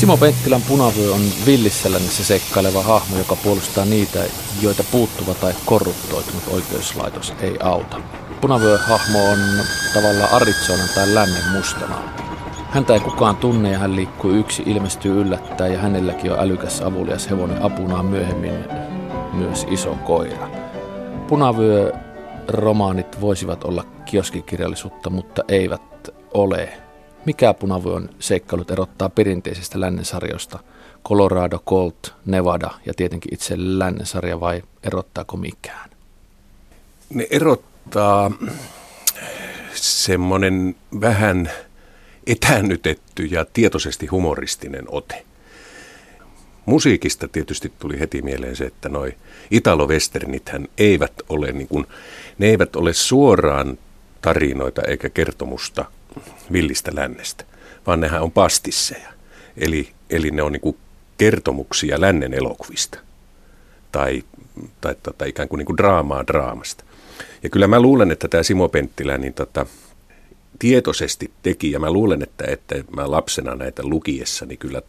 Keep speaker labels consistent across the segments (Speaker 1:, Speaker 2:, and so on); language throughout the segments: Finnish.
Speaker 1: Simo Penttilän Punavyö on villissä lännessä seikkaileva hahmo, joka puolustaa niitä, joita puuttuva tai korruptoitunut oikeuslaitos ei auta. Punavyö-hahmo on tavallaan Arizonan tai lännen mustana. Häntä ei kukaan tunne ja hän liikkuu yksin, ilmestyy yllättäen ja hänelläkin on älykäs avulias hevonen apunaan myöhemmin myös iso koira. Punavyö-romaanit voisivat olla kioskikirjallisuutta, mutta eivät ole. Mikä Punavyön seikkailut erottaa perinteisestä lännen sarjoista? Colorado, Colt, Nevada ja tietenkin itse lännen sarja, vai erottaako mikään?
Speaker 2: Ne erottaa semmoinen vähän etäännytetty ja tietoisesti humoristinen ote. Musiikista tietysti tuli heti mieleen se, että noi Italo-westernithän eivät ole, ne eivät ole suoraan tarinoita eikä kertomusta villistä lännestä, vaan nehän on pastisseja. Eli ne on kertomuksia lännen elokuvista tai ikään kuin draamaa draamasta. Ja kyllä mä luulen, että tämä Simo Penttilä tietoisesti teki, ja mä luulen, että mä lapsena näitä lukiessani kyllä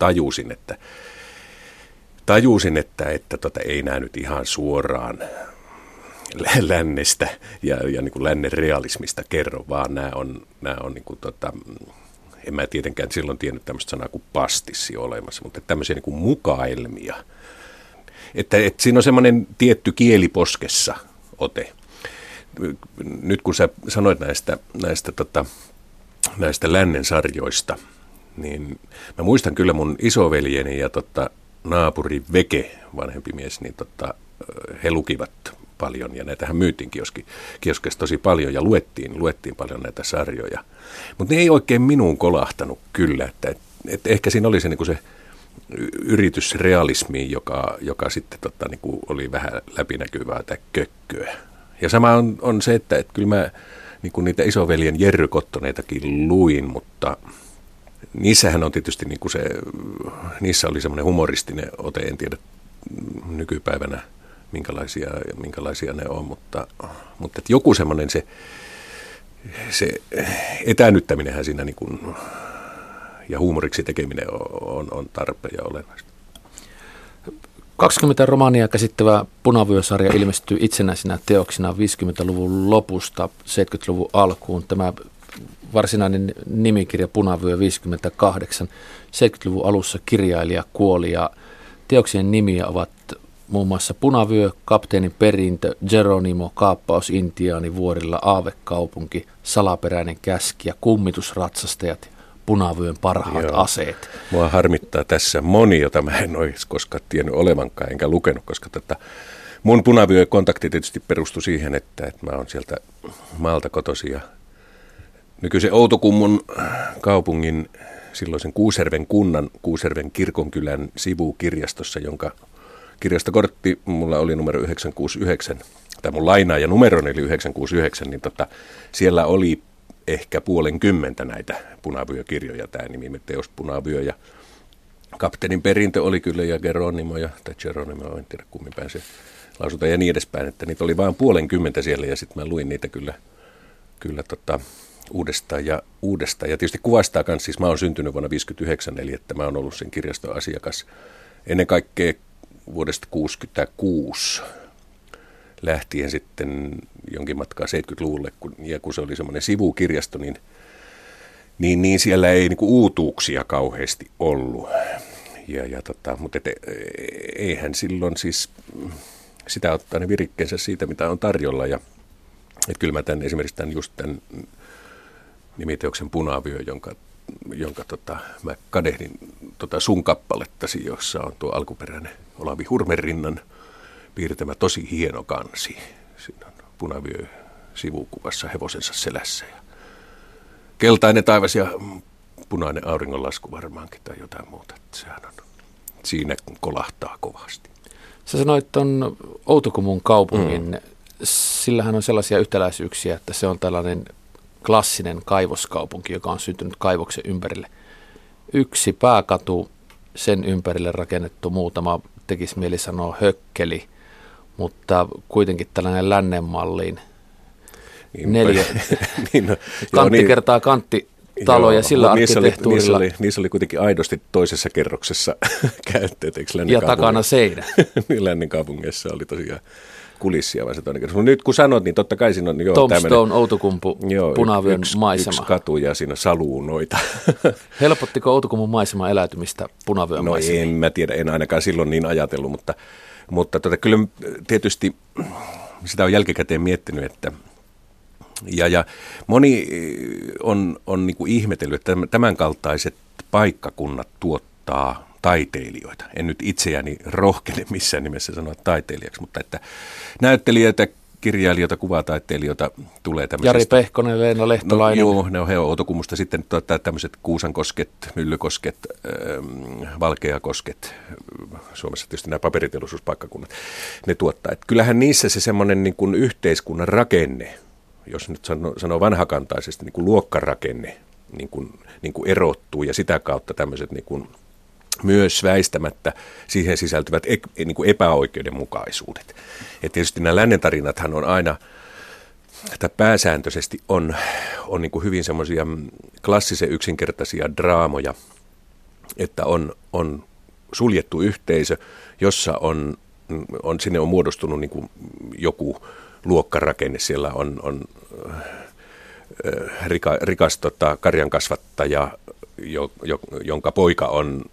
Speaker 2: tajusin, että ei nämä nyt ihan suoraan lännestä ja lännen realismista kerro, vaan nämä on en mä tietenkään silloin tiennyt tämmöistä sanaa kuin pastissi olemassa, mutta tämmöisiä mukaelmia. Että siinä on semmoinen tietty kieliposkessa ote. Nyt kun sä sanoit näistä lännen sarjoista, niin mä muistan kyllä mun isoveljeni ja naapuri Veke, vanhempi mies, niin he lukivat paljon ja näitähän myytiin kioskessa tosi paljon ja luettiin paljon näitä sarjoja. Mutta ne ei oikein minuun kolahtanut kyllä, että ehkä siinä oli se, se yritys realismiin, joka sitten oli vähän läpinäkyvää tai kökköä. Ja sama on se, että kyllä mä niitä isoveljen Jerry Cottoneitakin luin, mutta niissähän on tietysti niissä oli semmoinen humoristinen ote, en tiedä nykypäivänä minkälaisia ne on, mutta että joku semmoinen se etäännyttäminenhän siinä ja huumoriksi tekeminen on tarpeen ja olennaista.
Speaker 1: 20 romaania käsittävä Punavyö-sarja ilmestyi itsenäisinä teoksina 50-luvun lopusta 70-luvun alkuun. Tämä varsinainen nimikirja Punavyö 58. 70-luvun alussa kirjailija kuoli ja teoksien nimiä ovat muun muassa Punavyö, Kapteenin perintö, Geronimo, Kaappaus Intiaani vuorilla, Aavekaupunki, Salaperäinen käskijä, Kummitusratsastajat, Punavyön parhaat aseet.
Speaker 2: Mua harmittaa tässä moni, jota mä en olisi koskaan tiennyt olevankaan, enkä lukenut, koska mun Punavyö-kontakti tietysti perustui siihen, että mä oon sieltä maalta kotoisin ja nykyisen Outokummun kaupungin silloisen Kuusjärven kunnan, Kuusjärven kirkonkylän sivukirjastossa, jonka kirjastokortti mulla oli numero 969, tai mun lainaaja numeroni oli 969, niin siellä oli ehkä 50 näitä Punavyö-kirjoja, tämä nimi teos Punavyö, ja Kapteenin perintö oli kyllä, ja Geronimo, en tiedä kummin päin se lausutaan, ja niin edespäin, että niitä oli vain 50 siellä, ja sitten mä luin niitä kyllä uudestaan. Ja tietysti kuvastaa myös, siis mä oon syntynyt vuonna 1959, eli että mä oon ollut sen kirjaston asiakas ennen kaikkea vuodesta 1966 lähtien sitten jonkin matkaa 70-luvulle, kun se oli semmoinen sivukirjasto, niin siellä ei uutuuksia kauheasti ollut. Mutta eihän silloin siis sitä ottaa ne virikkeensä siitä, mitä on tarjolla. Ja kyllä mä esimerkiksi tämän nimiteoksen Punavyö, jonka mä kadehdin sun kappalettasi, jossa on tuo alkuperäinen Olavi Hurmerinnan piirtämä tosi hieno kansi. Siinä on Punavyö sivukuvassa hevosensa selässä ja keltainen taivas ja punainen auringonlasku varmaankin tai jotain muuta. Sehän on, siinä kolahtaa kovasti.
Speaker 1: Sä sanoit tuon Outokummun kaupungin, sillähän on sellaisia yhtäläisyyksiä, että se on tällainen klassinen kaivoskaupunki, joka on syntynyt kaivoksen ympärille. Yksi pääkatu, sen ympärille rakennettu muutama, tekisi mieli sanoa hökkeli, mutta kuitenkin tällainen lännen malliin. Kantti kertaa kantti taloja sillä arkkitehtuurilla.
Speaker 2: Niissä oli kuitenkin aidosti toisessa kerroksessa käyttöön.
Speaker 1: Ja takana seinä.
Speaker 2: Lännen kaupungeissa oli tosiaan kulissia vai se toinen kerros. Nyt kun sanot, niin totta kai siinä on
Speaker 1: Tombstone, Outokumpu, Punavyön maisema.
Speaker 2: Yksi katu ja siinä saluunoita.
Speaker 1: Helpottiko Outokumpun maisema eläytymistä Punavyön maisemiin?
Speaker 2: En mä tiedä, en ainakaan silloin niin ajatellut, mutta kyllä tietysti sitä on jälkikäteen miettinyt, että ja moni on niin kuin ihmetellyt, että tämän kaltaiset paikkakunnat tuottaa taiteilijoita. En nyt itseäni rohkene missään nimessä sanoa taiteilijaksi, mutta että näyttelijöitä, kirjailijoita, kuvataiteilijoita tulee tämmöisistä.
Speaker 1: Jari Pehkonen, Leena Lehtolainen.
Speaker 2: No, joo, ne on Outokummusta. Sitten tämmöiset Kuusankosket, Myllykosket, Valkeakosket, Suomessa tietysti nämä paperiteollisuuspaikkakunnat, ne tuottaa. Että kyllähän niissä se semmoinen niin kuin yhteiskunnan rakenne, jos nyt sanoo vanhakantaisesti, niin kuin luokkarakenne niin kuin erottuu ja sitä kautta tämmöiset niin kuin myös väistämättä siihen sisältyvät niin kuin epäoikeudenmukaisuudet. Ja tietysti nämä lännen tarinathan on aina, että pääsääntöisesti on niin kuin hyvin semmoisia klassisen yksinkertaisia draamoja, että on suljettu yhteisö, jossa sinne on muodostunut niin kuin joku luokkarakenne. Siellä on rikas karjankasvattaja, jonka poika on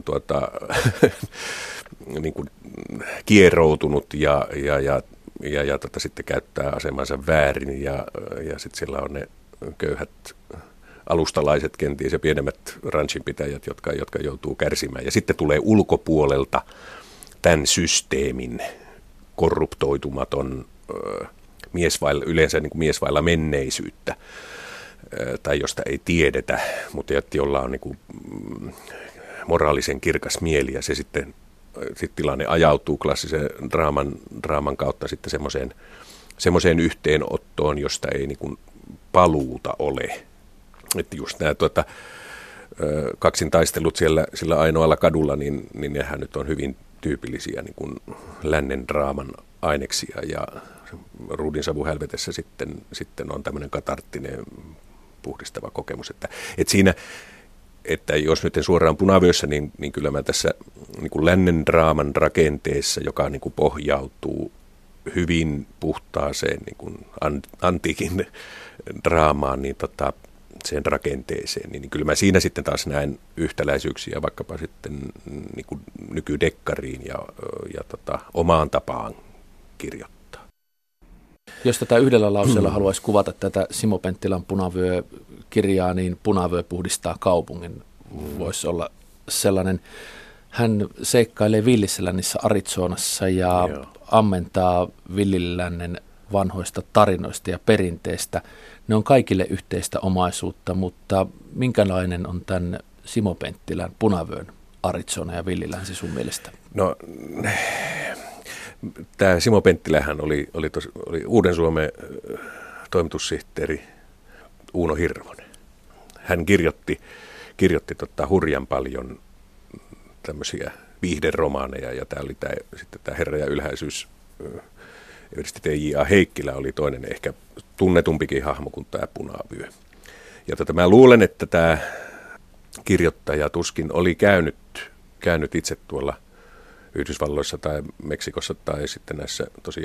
Speaker 2: niin kuin kieroutunut ja sitten käyttää asemansa väärin ja sitten siellä on ne köyhät alustalaiset kenties ja pienemmät ranchinpitäjät, jotka joutuu kärsimään. Ja sitten tulee ulkopuolelta tämän systeemin korruptoitumaton yleensä niin kuin mies vailla menneisyyttä tai josta ei tiedetä, mutta jolla on niin kuin moraalisen kirkas mieli ja se sitten tilanne ajautuu klassisen draaman kautta sitten semmoiseen yhteenottoon, josta ei niin kuin paluuta ole. Että just nämä kaksintaistelut sillä ainoalla kadulla, niin nehän nyt on hyvin tyypillisiä niin kuin lännen draaman aineksia ja Ruudinsavu hälvetessä sitten on tämmöinen katarttinen puhdistava kokemus, että siinä, että jos nyt en suoraan Punavyössä, niin kyllä mä tässä niin kuin lännen draaman rakenteessa, joka niin kuin pohjautuu hyvin puhtaaseen niin kuin antiikin draamaan, niin sen rakenteeseen, niin kyllä mä siinä sitten taas näen yhtäläisyyksiä vaikkapa sitten niin kuin nykydekkariin ja omaan tapaan kirjoittaa.
Speaker 1: Jos tätä yhdellä lauseella haluaisi kuvata tätä Simo Penttilän Punavyö-kirjaa, niin Punavyö puhdistaa kaupungin. Voisi olla sellainen. Hän seikkailee Villisselännissä Arizonassa ja ammentaa Villilännen vanhoista tarinoista ja perinteistä. Ne on kaikille yhteistä omaisuutta, mutta minkälainen on tämän Simo Penttilän Punavyön Arizona ja Villilänsi sun mielestä?
Speaker 2: No, tämä Simo Penttilähän oli Uuden Suomen toimitussihteeri Uuno Hirvonen. Hän kirjoitti hurjan paljon tämmöisiä viihderomaaneja ja tämä oli sitten tämä Herra ja ylhäisyys. Erityisesti T.J.A. Heikkilä oli toinen ehkä tunnetumpikin hahmo kuin tämä Punavyö. Ja mä luulen, että tämä kirjoittaja tuskin oli käynyt itse tuolla Yhdysvalloissa tai Meksikossa tai sitten näissä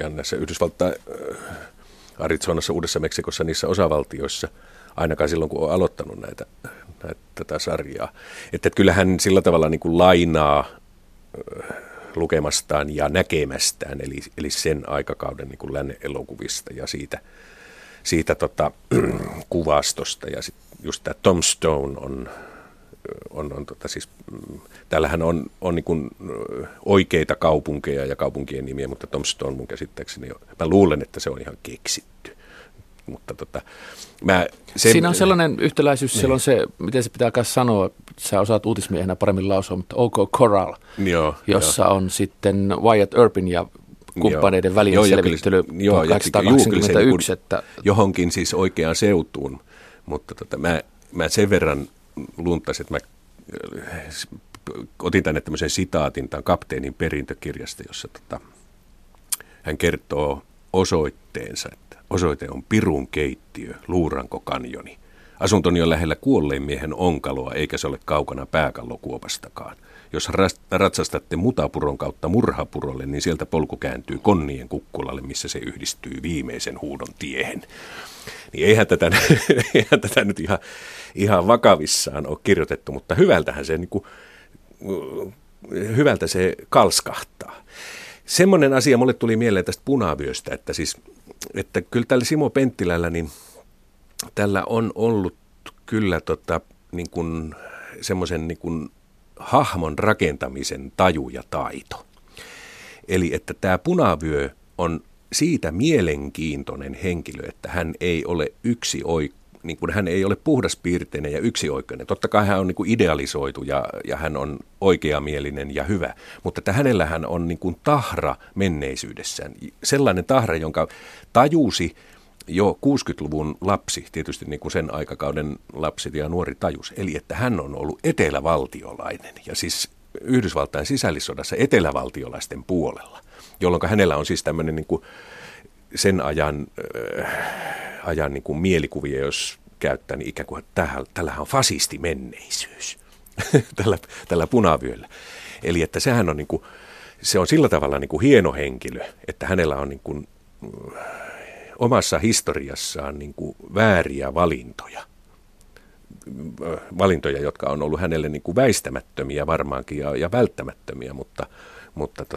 Speaker 2: Arizonassa, Uudessa Meksikossa, niissä osavaltioissa, ainakaan silloin kun on aloittanut tätä sarjaa. Että kyllähän sillä tavalla niin kuin lainaa lukemastaan ja näkemästään, eli sen aikakauden niin kuin lännen elokuvista ja siitä kuvastosta. Ja sitten just tämä Tombstone on siis, täällähän on niin kuin oikeita kaupunkeja ja kaupunkien nimiä, mutta Tombstone mun käsittääkseni, mä luulen, että se on ihan keksitty. Mutta
Speaker 1: siinä on sellainen yhtäläisyys, niin. Siellä on se, miten se pitää sanoa, sä osaat uutismiehenä paremmin lausua, mutta OK Corral, jossa on sitten Wyatt Earpin ja kumppaneiden välien selvittely 1821. Että
Speaker 2: johonkin siis oikeaan seutuun, mutta mä sen verran luntaisin, että mä otin tänne tämmöisen sitaatin tämän kapteenin perintökirjasta, jossa hän kertoo osoitteensa, että osoite on Pirun keittiö, Luuranko kanjoni, Asuntoni on lähellä kuolleen miehen onkaloa, eikä se ole kaukana pääkallokuopastakaan. Jos ratsastatte Mutapuron kautta Murhapurolle, niin sieltä polku kääntyy Konnien kukkulalle, missä se yhdistyy viimeisen huudon tiehen. Niin eihän tätä nyt ihan vakavissaan ole kirjoitettu, mutta hyvältä se kalskahtaa. Semmoinen asia mulle tuli mieleen tästä Punavyöstä, että kyllä tällä Simo Penttilällä, niin tällä on ollut kyllä niin kuin semmoisen niin kuin hahmon rakentamisen taju ja taito. Eli että tämä Punavyö on siitä mielenkiintoinen henkilö, että hän ei ole hän ei ole puhdaspiirteinen ja yksioikoinen. Totta kai hän on niin kuin idealisoitu ja hän on oikeamielinen ja hyvä, mutta että hänellähän on niin kuin tahra menneisyydessään. Sellainen tahra, jonka tajusi jo 60-luvun lapsi, tietysti niin kuin sen aikakauden lapsi ja nuori tajus, eli että hän on ollut etelävaltiolainen ja siis Yhdysvaltain sisällissodassa etelävaltiolaisten puolella, jolloin hänellä on siis tämmöinen niin kuin sen ajan niin kuin mielikuvia, jos käyttää, niin ikään kuin tällähän on fasistimenneisyys tällä Punavyöllä. Eli että sehän on, niin kuin, se on sillä tavalla niin kuin hieno henkilö, että hänellä on niin kuin omassa historiassaan niin kuin vääriä valintoja, jotka on ollut hänelle niin kuin väistämättömiä varmaankin ja välttämättömiä, mutta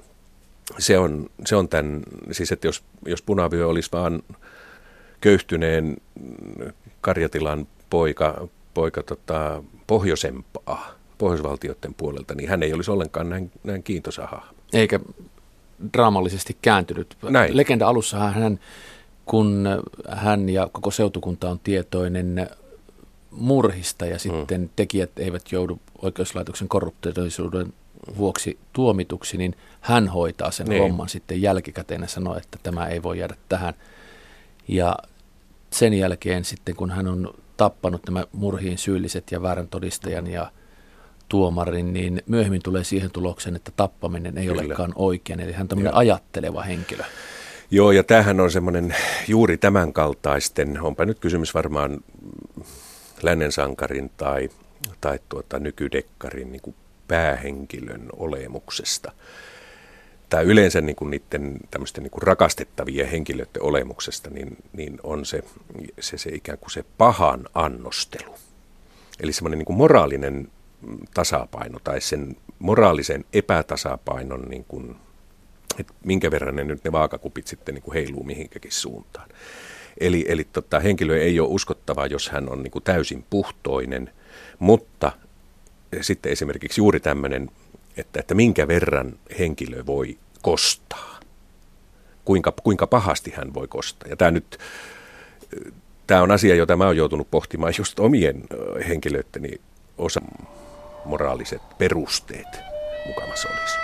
Speaker 2: se on tämän, siis että jos Punavyö olisi vaan köyhtyneen karjatilan poika pohjoisempaa, pohjoisvaltioiden puolelta, niin hän ei olisi ollenkaan näin kiintoisa hahmo.
Speaker 1: Eikä draamallisesti kääntynyt.
Speaker 2: Näin.
Speaker 1: Legenda alussahan kun hän ja koko seutukunta on tietoinen murhista ja sitten tekijät eivät joudu oikeuslaitoksen korruptoituisuuden vuoksi tuomituksi, niin hän hoitaa sen homman sitten jälkikäteen ja sanoo, että tämä ei voi jäädä tähän. Ja sen jälkeen sitten, kun hän on tappanut nämä murhiin syylliset ja väärän todistajan ja tuomarin, niin myöhemmin tulee siihen tulokseen, että tappaminen ei olekaan oikein. Eli hän on tämmöinen ajatteleva henkilö.
Speaker 2: Joo, ja tämähän on semmoinen juuri tämän kaltaisten, onpa nyt kysymys varmaan lännen sankarin tai nykydekkarin niin kuin päähenkilön olemuksesta. Tai yleensä niin kuin niiden tämmöisten niin kuin rakastettavien henkilöiden olemuksesta, niin on se ikään kuin se pahan annostelu. Eli semmoinen niin kuin moraalinen tasapaino tai sen moraalisen epätasapainon, niin kuin, että minkä verran ne vaakakupit sitten niin kuin heiluu mihinkäkin suuntaan. Eli henkilö ei ole uskottava, jos hän on niin kuin täysin puhtoinen, mutta sitten esimerkiksi juuri tämmöinen, että minkä verran henkilö voi kostaa, kuinka pahasti hän voi kostaa. Ja tämä on asia, jota mä oon joutunut pohtimaan just omien henkilöitteni moraaliset perusteet mukamassa olisi.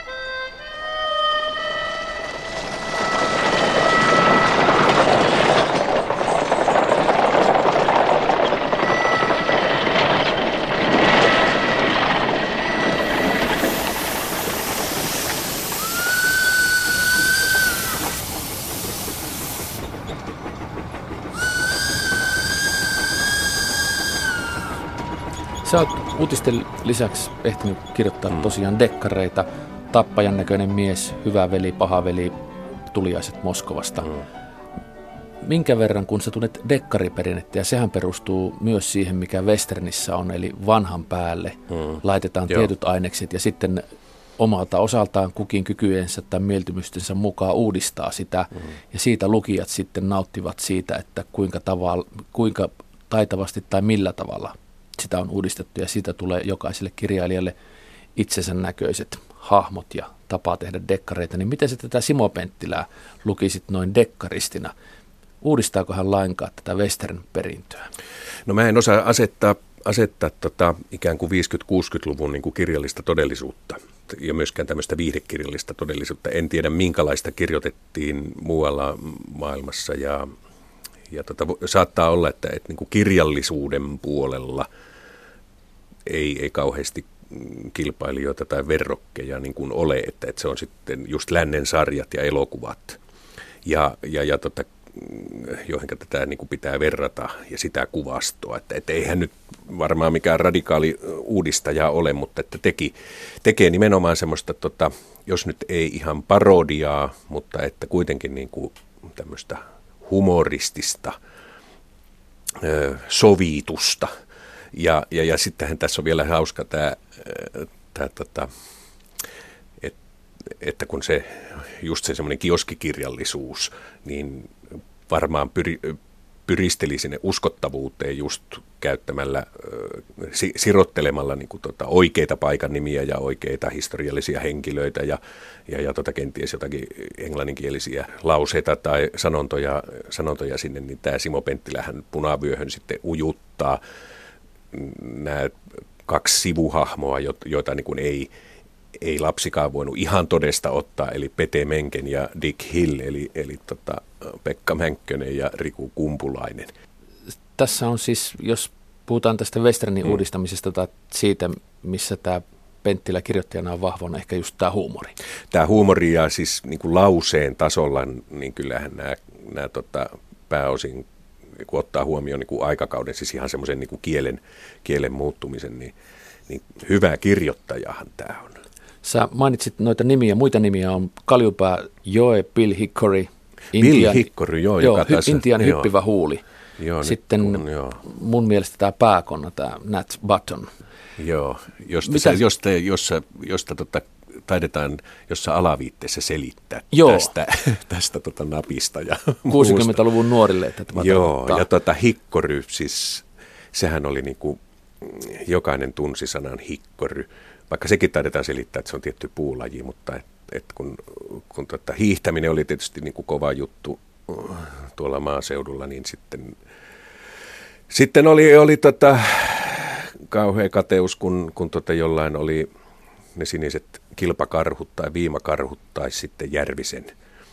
Speaker 1: Sä oot uutisten lisäksi ehtinyt kirjoittaa tosiaan dekkareita. Tappajan näköinen mies, hyvä veli, paha veli, tuliaiset Moskovasta. Minkä verran, kun sä tunnet dekkariperinnettä, ja sehän perustuu myös siihen, mikä westernissä on, eli vanhan päälle laitetaan tietyt ainekset ja sitten omalta osaltaan kukin kykyjensä tai mieltymystensä mukaan uudistaa sitä. Ja siitä lukijat sitten nauttivat siitä, että kuinka taitavasti tai millä tavalla sitä on uudistettu, ja siitä tulee jokaiselle kirjailijalle itsensä näköiset hahmot ja tapaa tehdä dekkareita. Niin miten sä tätä Simo Penttilää lukisit noin dekkaristina? Uudistaako hän lainkaan tätä western-perintöä?
Speaker 2: No mä en osaa asettaa ikään kuin 50-60-luvun niin kuin kirjallista todellisuutta ja myöskään tämmöistä viihdekirjallista todellisuutta. En tiedä, minkälaista kirjoitettiin muualla maailmassa ja saattaa olla, että niin kuin kirjallisuuden puolella ei kauheasti kilpailijoita tai verrokkeja niin kuin ole, että se on sitten just lännen sarjat ja elokuvat. Ja joihin tätä niin kuin pitää verrata ja sitä kuvastoa. Että eihän nyt varmaan mikään radikaali uudistaja ole, mutta että tekee nimenomaan semmoista, jos nyt ei ihan parodiaa, mutta että kuitenkin niin kuin tämmöistä humoristista sovitusta. Ja sittenhän tässä on vielä hauska tämä että kun just se semmoinen kioskikirjallisuus, niin varmaan pyristeli sinne uskottavuuteen just käyttämällä, sirottelemalla niin kuin oikeita paikan nimiä ja oikeita historiallisia henkilöitä ja kenties jotakin englanninkielisiä lauseita tai sanontoja sinne, niin tämä Simo Penttilähän Punavyöhön sitten ujuttaa nämä 2 sivuhahmoa, joita niin kuin ei lapsikaan voinut ihan todesta ottaa, eli Pete Menken ja Dick Hill, eli Pekka Mänkkönen ja Riku Kumpulainen.
Speaker 1: Tässä on siis, jos puhutaan tästä westernin uudistamisesta tai siitä, missä tämä Penttilä kirjoittajana on vahvana, ehkä just tämä huumori.
Speaker 2: Tämä huumori ja siis niin kuin lauseen tasolla, niin kyllähän nämä pääosin, kun ottaa huomioon niin kuin aikakauden, siis ihan semmoisen niin kuin kielen muuttumisen, niin hyvä kirjoittajahan tämä on.
Speaker 1: Sä mainitsit noita nimiä, muita nimiä on Kaljupää Joe, Bill Hickory,
Speaker 2: joka tässä,
Speaker 1: Intian hyppivä huuli.
Speaker 2: Joo,
Speaker 1: sitten mun mielestä tämä pääkonna, tämä Nat Button.
Speaker 2: Joo, josta taidetaan jossain alaviitteessä selittää tästä napista. Ja
Speaker 1: 60-luvun nuorille. Että
Speaker 2: joo, ja Hickory, siis sehän oli niinku, jokainen tunsi sanan hikkory. Vaikka sekin taidetaan selittää, että se on tietty puulaji, mutta kun hiihtäminen oli tietysti niin kuin kova juttu tuolla maaseudulla, niin sitten oli kauhea kateus, kun jollain oli ne siniset kilpakarhut tai viimakarhut tai sitten Järvisen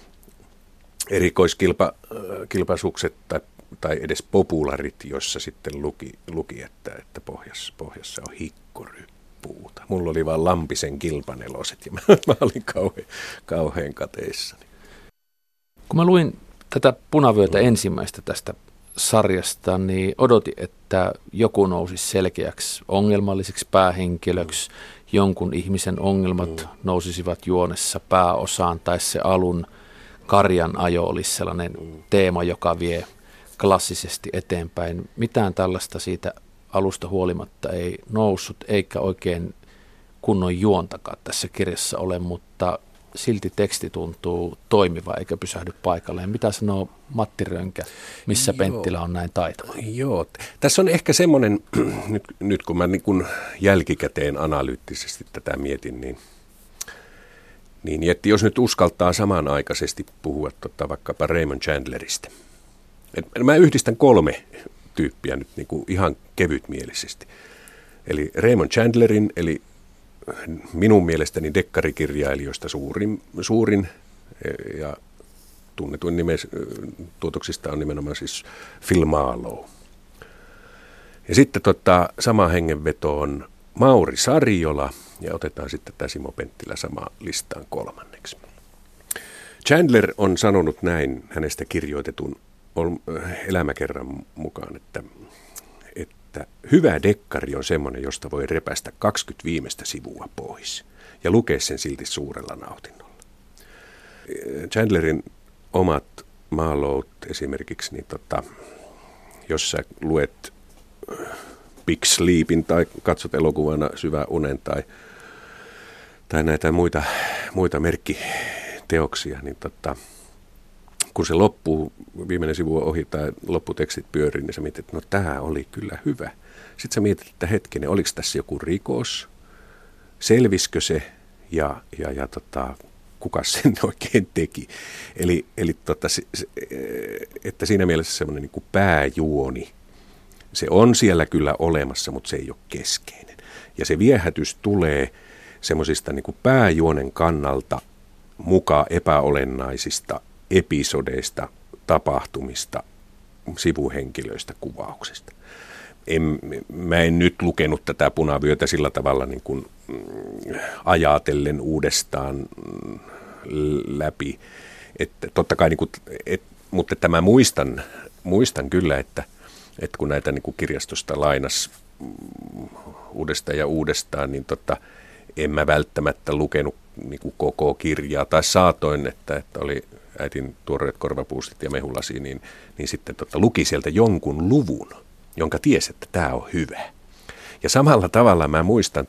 Speaker 2: erikoiskilpasukset tai edes popularit, jossa sitten luki että pohjassa on hikkorypuuta. Mulla oli vaan Lampisen kilpaneloset ja mä olin kauhean kateissani.
Speaker 1: Kun mä luin tätä Punavyötä ensimmäistä tästä sarjasta, niin odotin, että joku nousisi selkeäksi ongelmalliseksi päähenkilöksi, jonkun ihmisen ongelmat nousisivat juonessa pääosaan, tai se alun karjan ajo olisi sellainen teema, joka vie klassisesti eteenpäin. Mitään tällaista siitä alusta huolimatta ei noussut, eikä oikein kunnon juontakaan tässä kirjassa ole, mutta silti teksti tuntuu toimiva eikä pysähdy paikalleen. Mitä sanoo Matti Rönkä, missä Penttilä on näin taitava?
Speaker 2: Joo, tässä on ehkä semmoinen, nyt kun mä niin kun jälkikäteen analyyttisesti tätä mietin, niin että jos nyt uskaltaa samanaikaisesti puhua vaikkapa Raymond Chandlerista. Mä yhdistän 3 tyyppiä nyt niin kuin ihan kevytmielisesti. Eli Raymond Chandlerin, eli minun mielestäni dekkarikirjailijoista suurin ja tunnetuin tuotoksista on nimenomaan siis Phil Marlowe. Ja sitten sama hengenveto on Mauri Sariola ja otetaan sitten tämä Simo Penttilä samaan listaan 3. Chandler on sanonut näin hänestä kirjoitetun elämäkerran mukaan, että hyvä dekkari on semmoinen, josta voi repästä 20 viimeistä sivua pois ja lukea sen silti suurella nautinnolla. Chandlerin omat Marlowet esimerkiksi, niin jos sä luet Big Sleepin tai katsot elokuvana Syvä unen tai näitä muita merkkiteoksia, niin kun se loppuu, viimeinen sivu on ohi tai lopputekstit pyörii, niin sä mietit, että no tämä oli kyllä hyvä. Sitten sä mietit, että hetkinen, oliko tässä joku rikos, selvisikö se ja kuka sen oikein teki. Eli että siinä mielessä semmoinen niin kuin pääjuoni, se on siellä kyllä olemassa, mutta se ei ole keskeinen. Ja se viehätys tulee semmoisista niin kuin pääjuonen kannalta mukaan epäolennaisista episodeista, tapahtumista, sivuhenkilöistä, kuvauksista. Mä en nyt lukenut tätä Punavyötä sillä tavalla niin kuin ajatellen uudestaan läpi, että totta kai niin kuin, mutta että mä muistan kyllä, että kun näitä niin kuin kirjastosta lainas uudestaan ja uudestaan, niin en mä välttämättä lukenut niin kuin koko kirjaa, tai saatoin, että oli äitin tuoreet korvapuustit ja mehulasi, niin sitten luki sieltä jonkun luvun, jonka tiesi, että tämä on hyvä. Ja samalla tavalla mä muistan,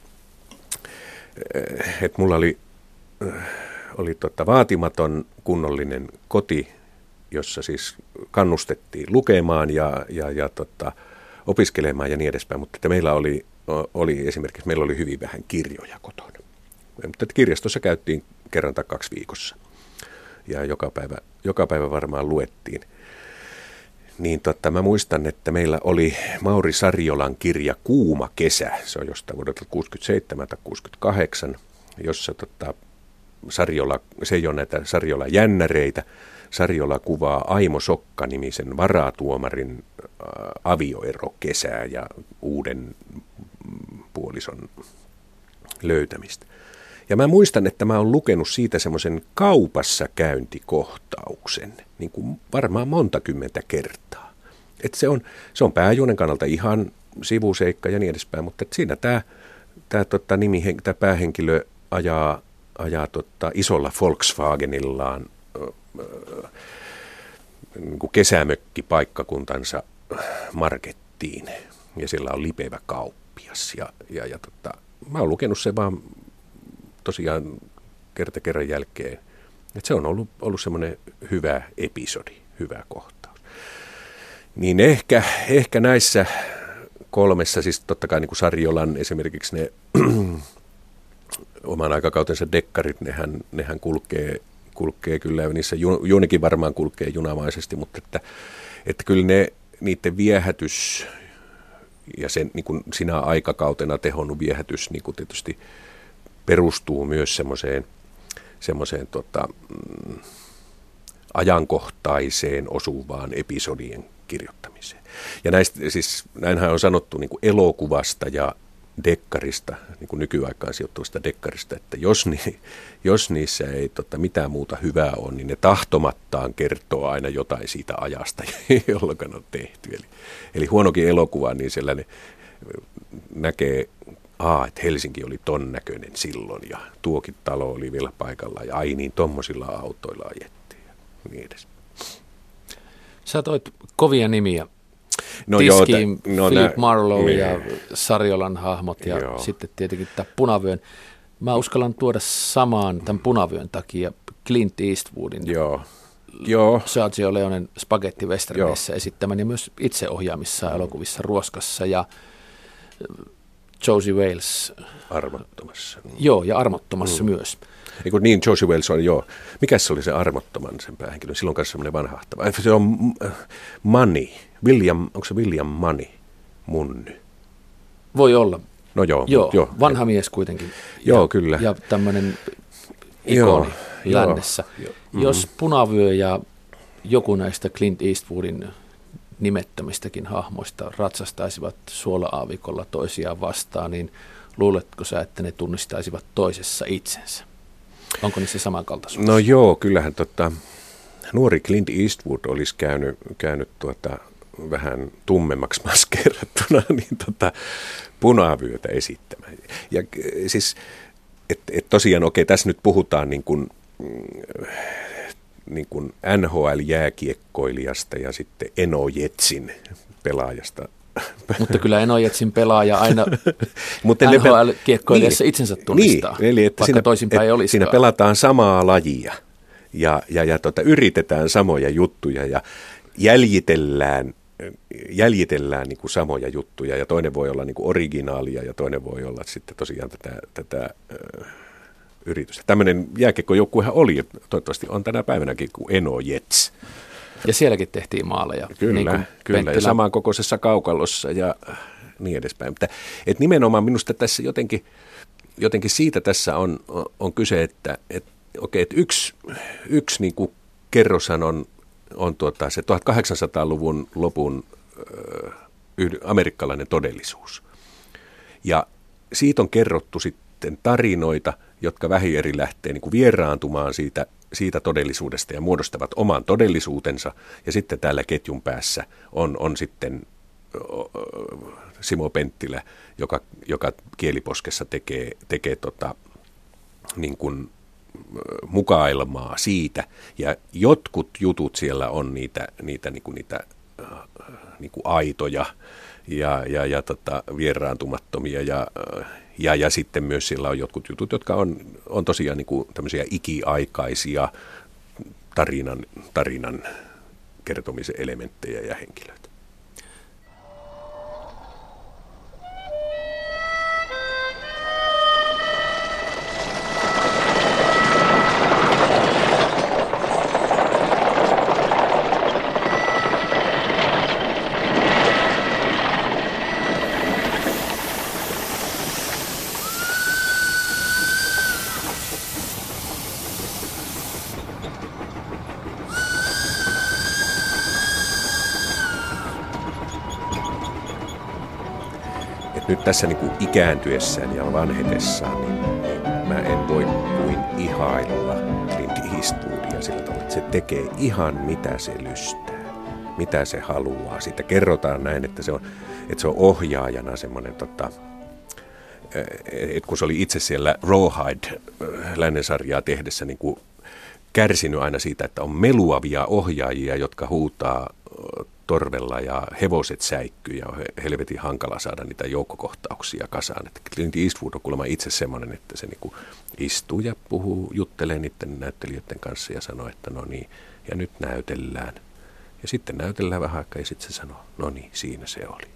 Speaker 2: että mulla oli vaatimaton kunnollinen koti, jossa siis kannustettiin lukemaan ja opiskelemaan ja niin edespäin, mutta että meillä oli esimerkiksi hyvin vähän kirjoja kotona. Mutta kirjastossa käytiin kerran tai 2 viikossa ja joka päivä varmaan luettiin. Niin mä muistan, että meillä oli Mauri Sarjolan kirja Kuuma kesä, se on jostain vuodelta 67 tai 68, jossa Sarjola, se ei ole näitä Sarjola-jännäreitä, Sarjola kuvaa Aimo Sokka-nimisen varatuomarin avioerokesää ja uuden puolison löytämistä. Ja mä muistan, että mä oon lukenut siitä semmoisen kaupassa käyntikohtauksen, niin kuin varmaan monta kymmentä kertaa. Että se on pääjuonen kannalta ihan sivuseikka ja niin edespäin, mutta siinä tämä päähenkilö ajaa isolla Volkswagenillaan niin kuin kesämökkipaikkakuntansa markettiin ja siellä on lipevä kauppias ja mä oon lukenut se vaan tosiaan kerta kerran jälkeen, että se on ollut semmoinen hyvä episodi, hyvä kohtaus. Niin ehkä näissä 3, siis totta kai niin kuin Sarjolan esimerkiksi ne oman aikakautensa dekkarit, nehän kulkee kyllä, niissä Juunikin varmaan kulkee junamaisesti, mutta että kyllä niiden viehätys ja sen niin kuin sinä aikakautena tehonnut viehätys niin kuin tietysti perustuu myös semmoiseen ajankohtaiseen osuvaan episodien kirjoittamiseen. Ja näinhän on sanottu niin kuin elokuvasta ja dekkarista, niin kuin nykyaikaan sijoittuvasta dekkarista, että jos niissä ei mitään muuta hyvää ole, niin ne tahtomattaan kertoo aina jotain siitä ajasta, jolloin on tehty. Eli huonokin elokuva, niin sellainen näkee, että Helsinki oli ton näköinen silloin ja tuokin talo oli vielä paikalla ja ai niin, tommosilla autoilla ajettiin ja niin edes.
Speaker 1: Sä toit kovia nimiä. Tiskiin Philip Marlowe ja Sarjolan hahmot ja sitten tietenkin tämä Punavyön. Mä uskallan tuoda samaan tämän Punavyön takia Clint Eastwoodin. Joo. Sergio Leonen Spaghetti Westerneissä esittämän ja myös itse ohjaamissa elokuvissa Ruoskassa ja Josie Wales.
Speaker 2: Armottomassa.
Speaker 1: Joo, ja Armottomassa myös.
Speaker 2: Eikö niin, Josie Wales on, joo. Mikäs se oli se Armottoman sen päähenkilö? Silloin kanssa semmoinen vanhahtava. Se on Money. Onko se William Money? Munny.
Speaker 1: Voi olla.
Speaker 2: No joo.
Speaker 1: Vanha mies kuitenkin.
Speaker 2: Joo, kyllä.
Speaker 1: Ja tämmöinen ikoni lännessä. Jos Punavyö ja joku näistä Clint Eastwoodin nimettömistäkin hahmoista ratsastaisivat suola-aavikolla toisiaan vastaan, niin luuletko sä, että ne tunnistaisivat toisessa itsensä? Onko niissä samankaltaisuus?
Speaker 2: No joo, kyllähän nuori Clint Eastwood olisi käynyt vähän tummemmaksi maskeerattuna niin Punavyötä esittämään. Ja siis, tosiaan tässä nyt puhutaan niin kuin NHL-jääkiekkoilijasta ja sitten Eno Jetsin pelaajasta.
Speaker 1: Mutta kyllä Eno Jetsin pelaaja aina NHL-kiekkoilijassa itsensä tunnistaa, eli että vaikka toisinpäin ei olisikaan.
Speaker 2: Siinä pelataan samaa lajia ja yritetään samoja juttuja ja jäljitellään niin kuin samoja juttuja ja toinen voi olla niin kuin originaalia ja toinen voi olla sitten tosiaan tätä yritystä. Tämmöinen jääkiekkojoukkuehan oli, toivottavasti on tänä päivänäkin kuin Eno Jets.
Speaker 1: Ja sielläkin tehtiin maaleja.
Speaker 2: Kyllä, ja samankokoisessa kaukalossa ja niin edespäin. Mutta nimenomaan minusta tässä jotenkin siitä tässä on kyse, että yksi niin kuin kerroshan on se 1800-luvun lopun amerikkalainen todellisuus. Ja siitä on kerrottu sitten tarinoita, jotka vähierin lähtee niin kuin vieraantumaan siitä todellisuudesta ja muodostavat oman todellisuutensa. Ja sitten täällä ketjun päässä on sitten Simo Penttilä, joka Kieliposkessa tekee niin kuin mukailmaa siitä. Ja jotkut jutut siellä on niitä aitoja ja vieraantumattomia ja sitten myös siellä on jotkut jutut, jotka on tosiaan niin kuin tämmöisiä ikiaikaisia tarinan kertomisen elementtejä ja henkilöitä. Nyt tässä niin kuin ikääntyessään ja vanhetessaan, niin mä en voi kuin ihailla Clint Eastwoodia sillä tavalla, että se tekee ihan mitä se lystää, mitä se haluaa. Siitä kerrotaan näin, että se on ohjaajana semmoinen, että kun se oli itse siellä Rawhide lännensarjaa tehdessä niin kuin kärsinyt aina siitä, että on meluavia ohjaajia, jotka huutaa torvella ja hevoset säikkyy ja on helvetin hankala saada niitä joukkokohtauksia kasaan. Että Clint Eastwood on kuulemma itse semmoinen, että se niinku istuu ja puhuu, juttelee niiden näyttelijöiden kanssa ja sanoo, että no niin, ja nyt näytellään. Ja sitten näytellään vähän aikaa ja sitten se sanoo, no niin, siinä se oli.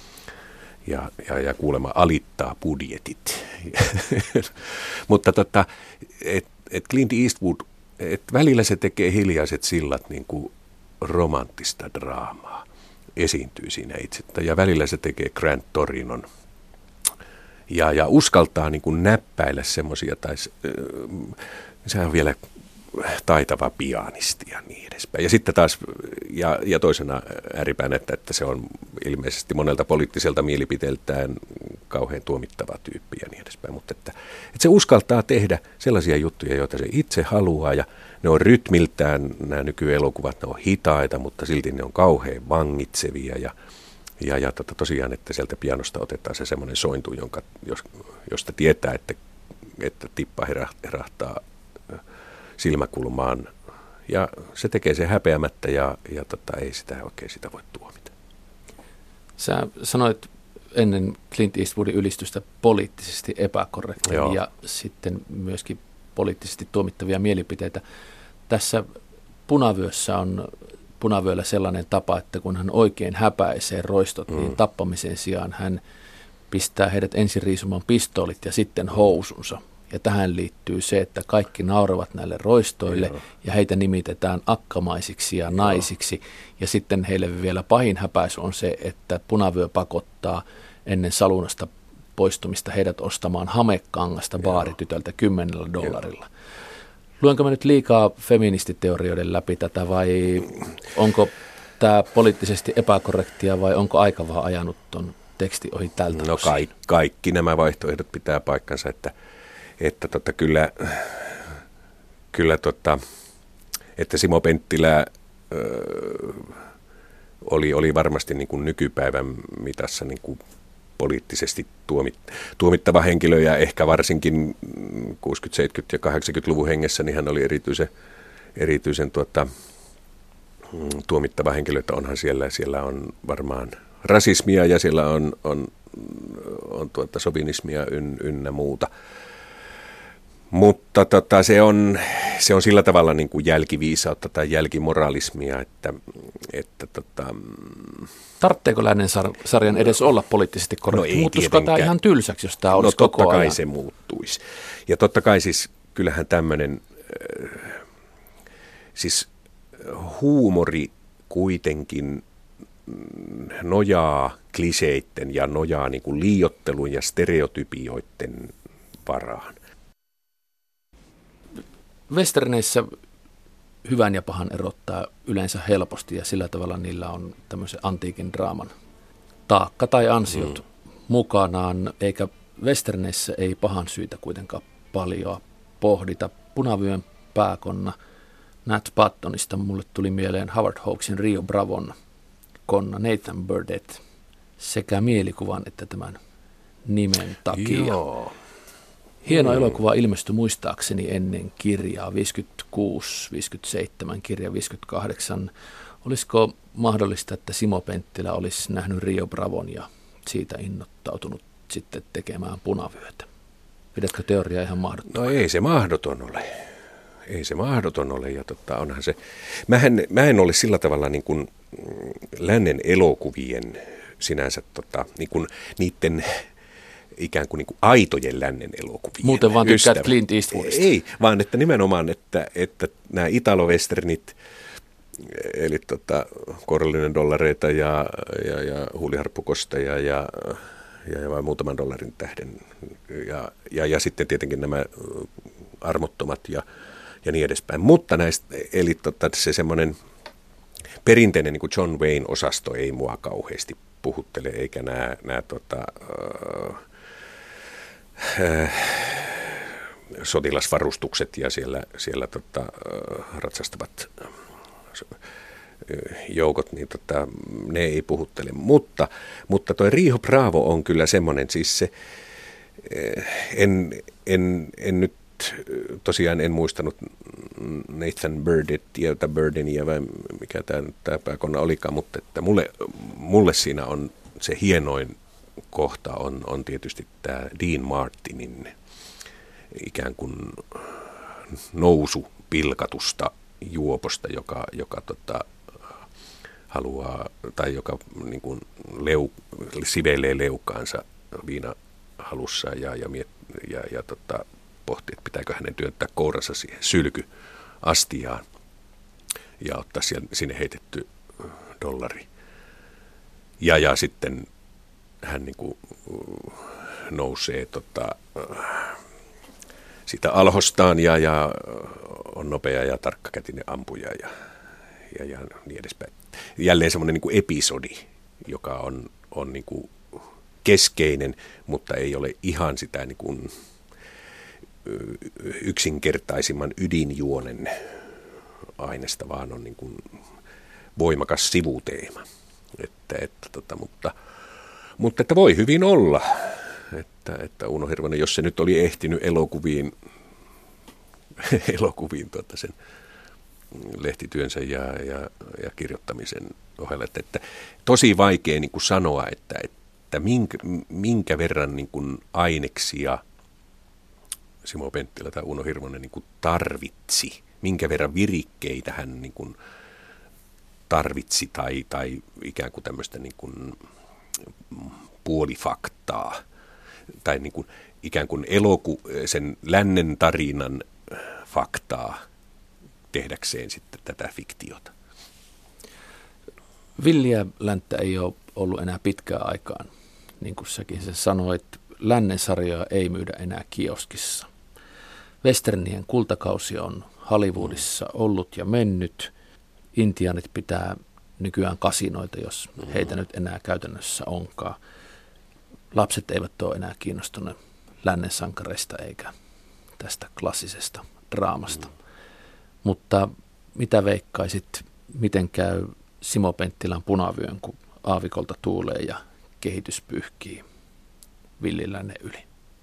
Speaker 2: Ja kuulemma alittaa budjetit. Mutta Clint Eastwood, välillä se tekee hiljaiset sillat niin kuin romanttista draamaa, esiintyy siinä itse. Ja välillä se tekee Grand Torinon ja uskaltaa niin kuin näppäillä semmoisia, tai se on vielä taitava pianisti ja niin edespäin. Ja sitten taas, ja toisena ääripäin, että se on ilmeisesti monelta poliittiselta mielipiteeltään kauhean tuomittava tyyppi ja niin edespäin. Mutta että se uskaltaa tehdä sellaisia juttuja, joita se itse haluaa, ja ne on rytmiltään, nämä nykyelokuvat, ne on hitaita, mutta silti ne on kauhean vangitsevia, ja tosiaan, että sieltä pianosta otetaan se semmoinen sointu, josta tietää, että tippa herahtaa silmäkulmaan, ja se tekee sen häpeämättä, ja ei sitä oikein sitä voi tuomita.
Speaker 1: Sä sanoit ennen Clint Eastwoodin ylistystä poliittisesti epäkorrektia ja sitten myöskin poliittisesti tuomittavia mielipiteitä. Tässä Punavyöllä sellainen tapa, että kun hän oikein häpäisee roistot, niin tappamisen sijaan hän pistää heidät ensin riisumaan pistoolit ja sitten housunsa. Ja tähän liittyy se, että kaikki nauravat näille roistoille ja heitä nimitetään akkamaisiksi ja naisiksi. Ja sitten heille vielä pahin häpäisy on se, että Punavyö pakottaa ennen salunasta poistumista heidät ostamaan hamekangasta baaritytöltä $10. Luenko mä nyt liikaa feministiteorioiden läpi tätä vai onko tämä poliittisesti epäkorrektia vai onko aika vaan ajanut ton teksti ohi tältä osin?
Speaker 2: No kaikki nämä vaihtoehdot pitää paikkansa, että kyllä että Simo Penttilä oli varmasti niin kuin nykypäivän mitassa niin kuin poliittisesti tuomittava henkilö, ja ehkä varsinkin 60-, 70- ja 80-luvun hengessä niin hän oli erityisen tuomittava henkilö, että onhan siellä on varmaan rasismia ja siellä on sovinismia ynnä muuta. Mutta se on sillä tavalla niin kuin jälkiviisautta tai jälkimoralismia, että
Speaker 1: tarvitseeko lännen sarjan edes olla poliittisesti korrekti? No muuttuisiko tämä ihan tylsäksi, jos tämä olisi koko ajan?
Speaker 2: Totta kai se muuttuisi. Ja totta kai siis kyllähän tämmöinen, siis huumori kuitenkin nojaa kliseitten ja nojaa niin kuin liioittelun ja stereotypioiden varaan.
Speaker 1: Westerneissä hyvän ja pahan erottaa yleensä helposti ja sillä tavalla niillä on tämmöisen antiikin draaman taakka tai ansiot mukanaan, eikä westerneissä ei pahan syytä kuitenkaan paljon pohdita. Punavyön pääkonna Nat Pattonista mulle tuli mieleen Howard Hawksin Rio Bravon konna Nathan Burdett sekä mielikuvan että tämän nimen takia.
Speaker 2: Joo.
Speaker 1: Hieno elokuva ilmestyi muistaakseni ennen kirjaa 56, 57, kirja 58. Olisiko mahdollista, että Simo Penttilä olisi nähnyt Rio Bravon ja siitä innoittautunut sitten tekemään Punavyötä? Pidätkö teoriaa ihan mahdottomana?
Speaker 2: No ei se mahdoton ole. Ei se mahdoton ole. Ja onhan se. Mä en ole sillä tavalla niin kuin lännen elokuvien sinänsä niin kuin niiden ikään kuin aitojen lännen elokuvien
Speaker 1: muuten vaan tykkäät Clint Eastwoodista.
Speaker 2: Ei, vaan että nimenomaan, että nämä Italo-westernit, eli Korallinen dollareita ja huuliharppukosteja ja vain muutaman dollarin tähden ja sitten tietenkin nämä armottomat ja niin edespäin. Mutta näistä, eli se semmoinen perinteinen niin kuin John Wayne-osasto ei mua kauheasti puhuttele, eikä nämä sotilasvarustukset ja siellä ratsastavat joukot, niin ne ei puhuttele. Mutta toi Rio Bravo on kyllä semmoinen, siis se, en nyt tosiaan en muistanut Nathan Burdenia vai mikä tämä pääkonna olikaan, mutta että mulle siinä on se hienoin kohta on tietysti tämä Dean Martinin ikään kuin nousu pilkatusta juoposta, joka haluaa tai joka niin kuin siveilee leukaansa viinahalussa ja pohtii, että pitääkö hänen työntää kouransa siihen sylkyastiaan ja ottaa sinne heitetty dollari. Ja sitten hän niin kuin nousee siitä alhostaan ja on nopea ja tarkkakätinen ampuja ja niin edespäin. Jälleen semmoinen niin kuin episodi, joka on niin kuin keskeinen, mutta ei ole ihan sitä niin kuin yksinkertaisimman ydinjuonen aineesta, vaan on niin kuin voimakas sivuteema. Mutta että voi hyvin olla, että Uno Hirvonen, jos se nyt oli ehtinyt elokuviin sen lehtityönsä ja kirjoittamisen ohella, että tosi vaikea niin kuin sanoa, että minkä verran niin kuin aineksia Simo Penttilä tai Uno Hirvonen niin kuin tarvitsi, minkä verran virikkeitä hän niin kuin tarvitsi tai ikään kuin tämmöistä niin kuin puolifaktaa tai niin kuin ikään kuin sen lännen tarinan faktaa tehdäkseen sitten tätä fiktiota.
Speaker 1: Villiä länttä ei ole ollut enää pitkään aikaan. Niin kuin säkin se sanoit, lännen sarjaa ei myydä enää kioskissa. Westernien kultakausi on Hollywoodissa ollut ja mennyt. Intiaanit pitää nykyään kasinoita, jos heitä nyt enää käytännössä onkaan. Lapset eivät ole enää kiinnostuneet lännen sankareista eikä tästä klassisesta draamasta. Mutta mitä veikkaisit, miten käy Simo Penttilän Punavyön, kun aavikolta tuulee ja kehitys pyyhkii villin lännen yli?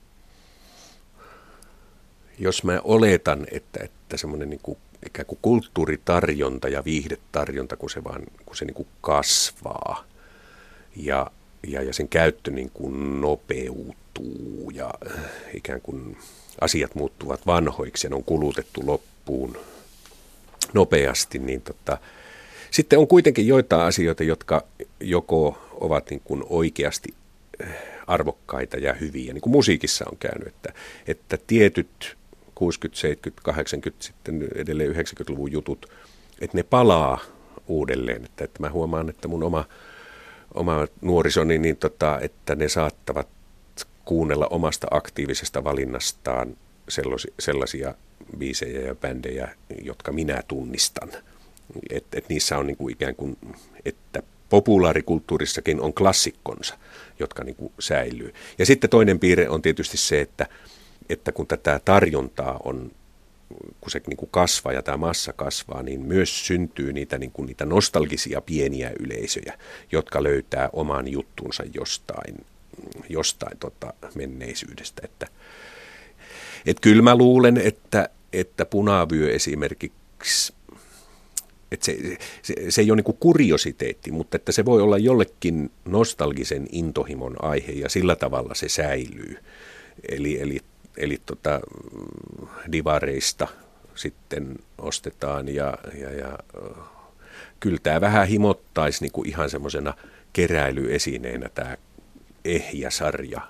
Speaker 2: Jos mä oletan, että semmoinen niin kuin ikään kuin kulttuuritarjonta ja viihdetarjonta, kun se niin kuin kasvaa ja sen käyttö niin kuin nopeutuu ja ikään kuin asiat muuttuvat vanhoiksi ja ne on kulutettu loppuun nopeasti, niin sitten on kuitenkin joitain asioita, jotka joko ovat niin kuin oikeasti arvokkaita ja hyviä, niin kuin musiikissa on käynyt, että tietyt 60, 70, 80, sitten edelleen 90-luvun jutut, että ne palaa uudelleen, että mä huomaan, että mun oma nuorisoni, niin että ne saattavat kuunnella omasta aktiivisesta valinnastaan sellaisia biisejä ja bändejä, jotka minä tunnistan. Että niissä on niin kuin ikään kuin, että populaarikulttuurissakin on klassikkonsa, jotka niin kuin säilyy. Ja sitten toinen piirre on tietysti se, että kun tätä tarjontaa on kun se niin kuin kasvaa ja tämä massa kasvaa, niin myös syntyy niitä, niin kuin niitä nostalgisia pieniä yleisöjä, jotka löytää oman juttunsa jostain menneisyydestä. Että kyllä mä luulen, että Punavyö esimerkiksi, että se ei ole niin kuin kuriositeetti, mutta että se voi olla jollekin nostalgisen intohimon aihe ja sillä tavalla se säilyy. Eli divareista sitten ostetaan ja kyllä tämä vähän himottaisi niin kuin ihan semmoisena keräilyesineenä tämä ehjäsarja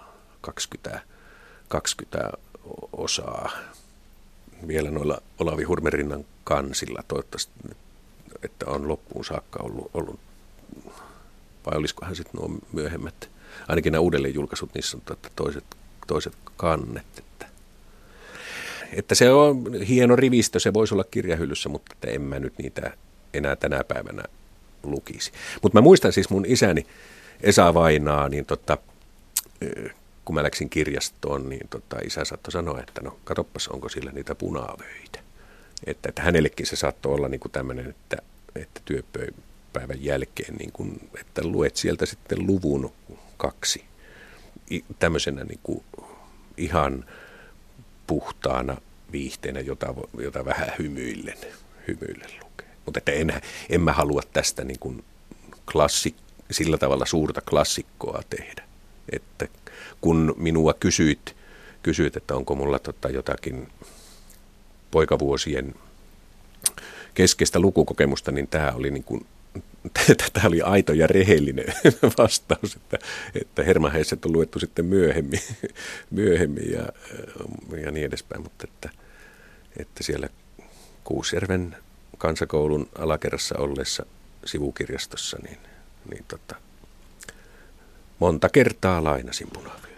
Speaker 2: 20 osaa. Vielä noilla Olavi Hurmerinnan kansilla toivottavasti, että on loppuun saakka ollut vai olisikohan sitten nuo myöhemmät, ainakin nämä uudelleenjulkaisut, niissä on toiset kannet. Että se on hieno rivistö, se voisi olla kirjahyllyssä, mutta että en mä nyt niitä enää tänä päivänä lukisi. Mutta mä muistan siis mun isäni Esa Vainaa, niin kun mä läksin kirjastoon, niin isä saattoi sanoa, että no katoppas, onko sillä niitä punavöitä. Että hänellekin se saattoi olla niin kuin tämmöinen, että työpäivän jälkeen, niin kuin, että luet sieltä sitten luvun 2 tämmöisenä niin kuin ihan puhtaana viihteenä, jota vähän hymyillen lukee. Mutta että en mä halua tästä niin kuin sillä tavalla suurta klassikkoa tehdä. Että kun minua kysyit, että onko mulla jotakin poikavuosien keskeistä lukukokemusta, niin tämä oli aito ja rehellinen vastaus, että Hermann Hesset on luettu sitten myöhemmin ja niin edespäin, mutta että siellä Kuusjärven kansakoulun alakerrassa olleessa sivukirjastossa niin monta kertaa lainasin Punavyötä.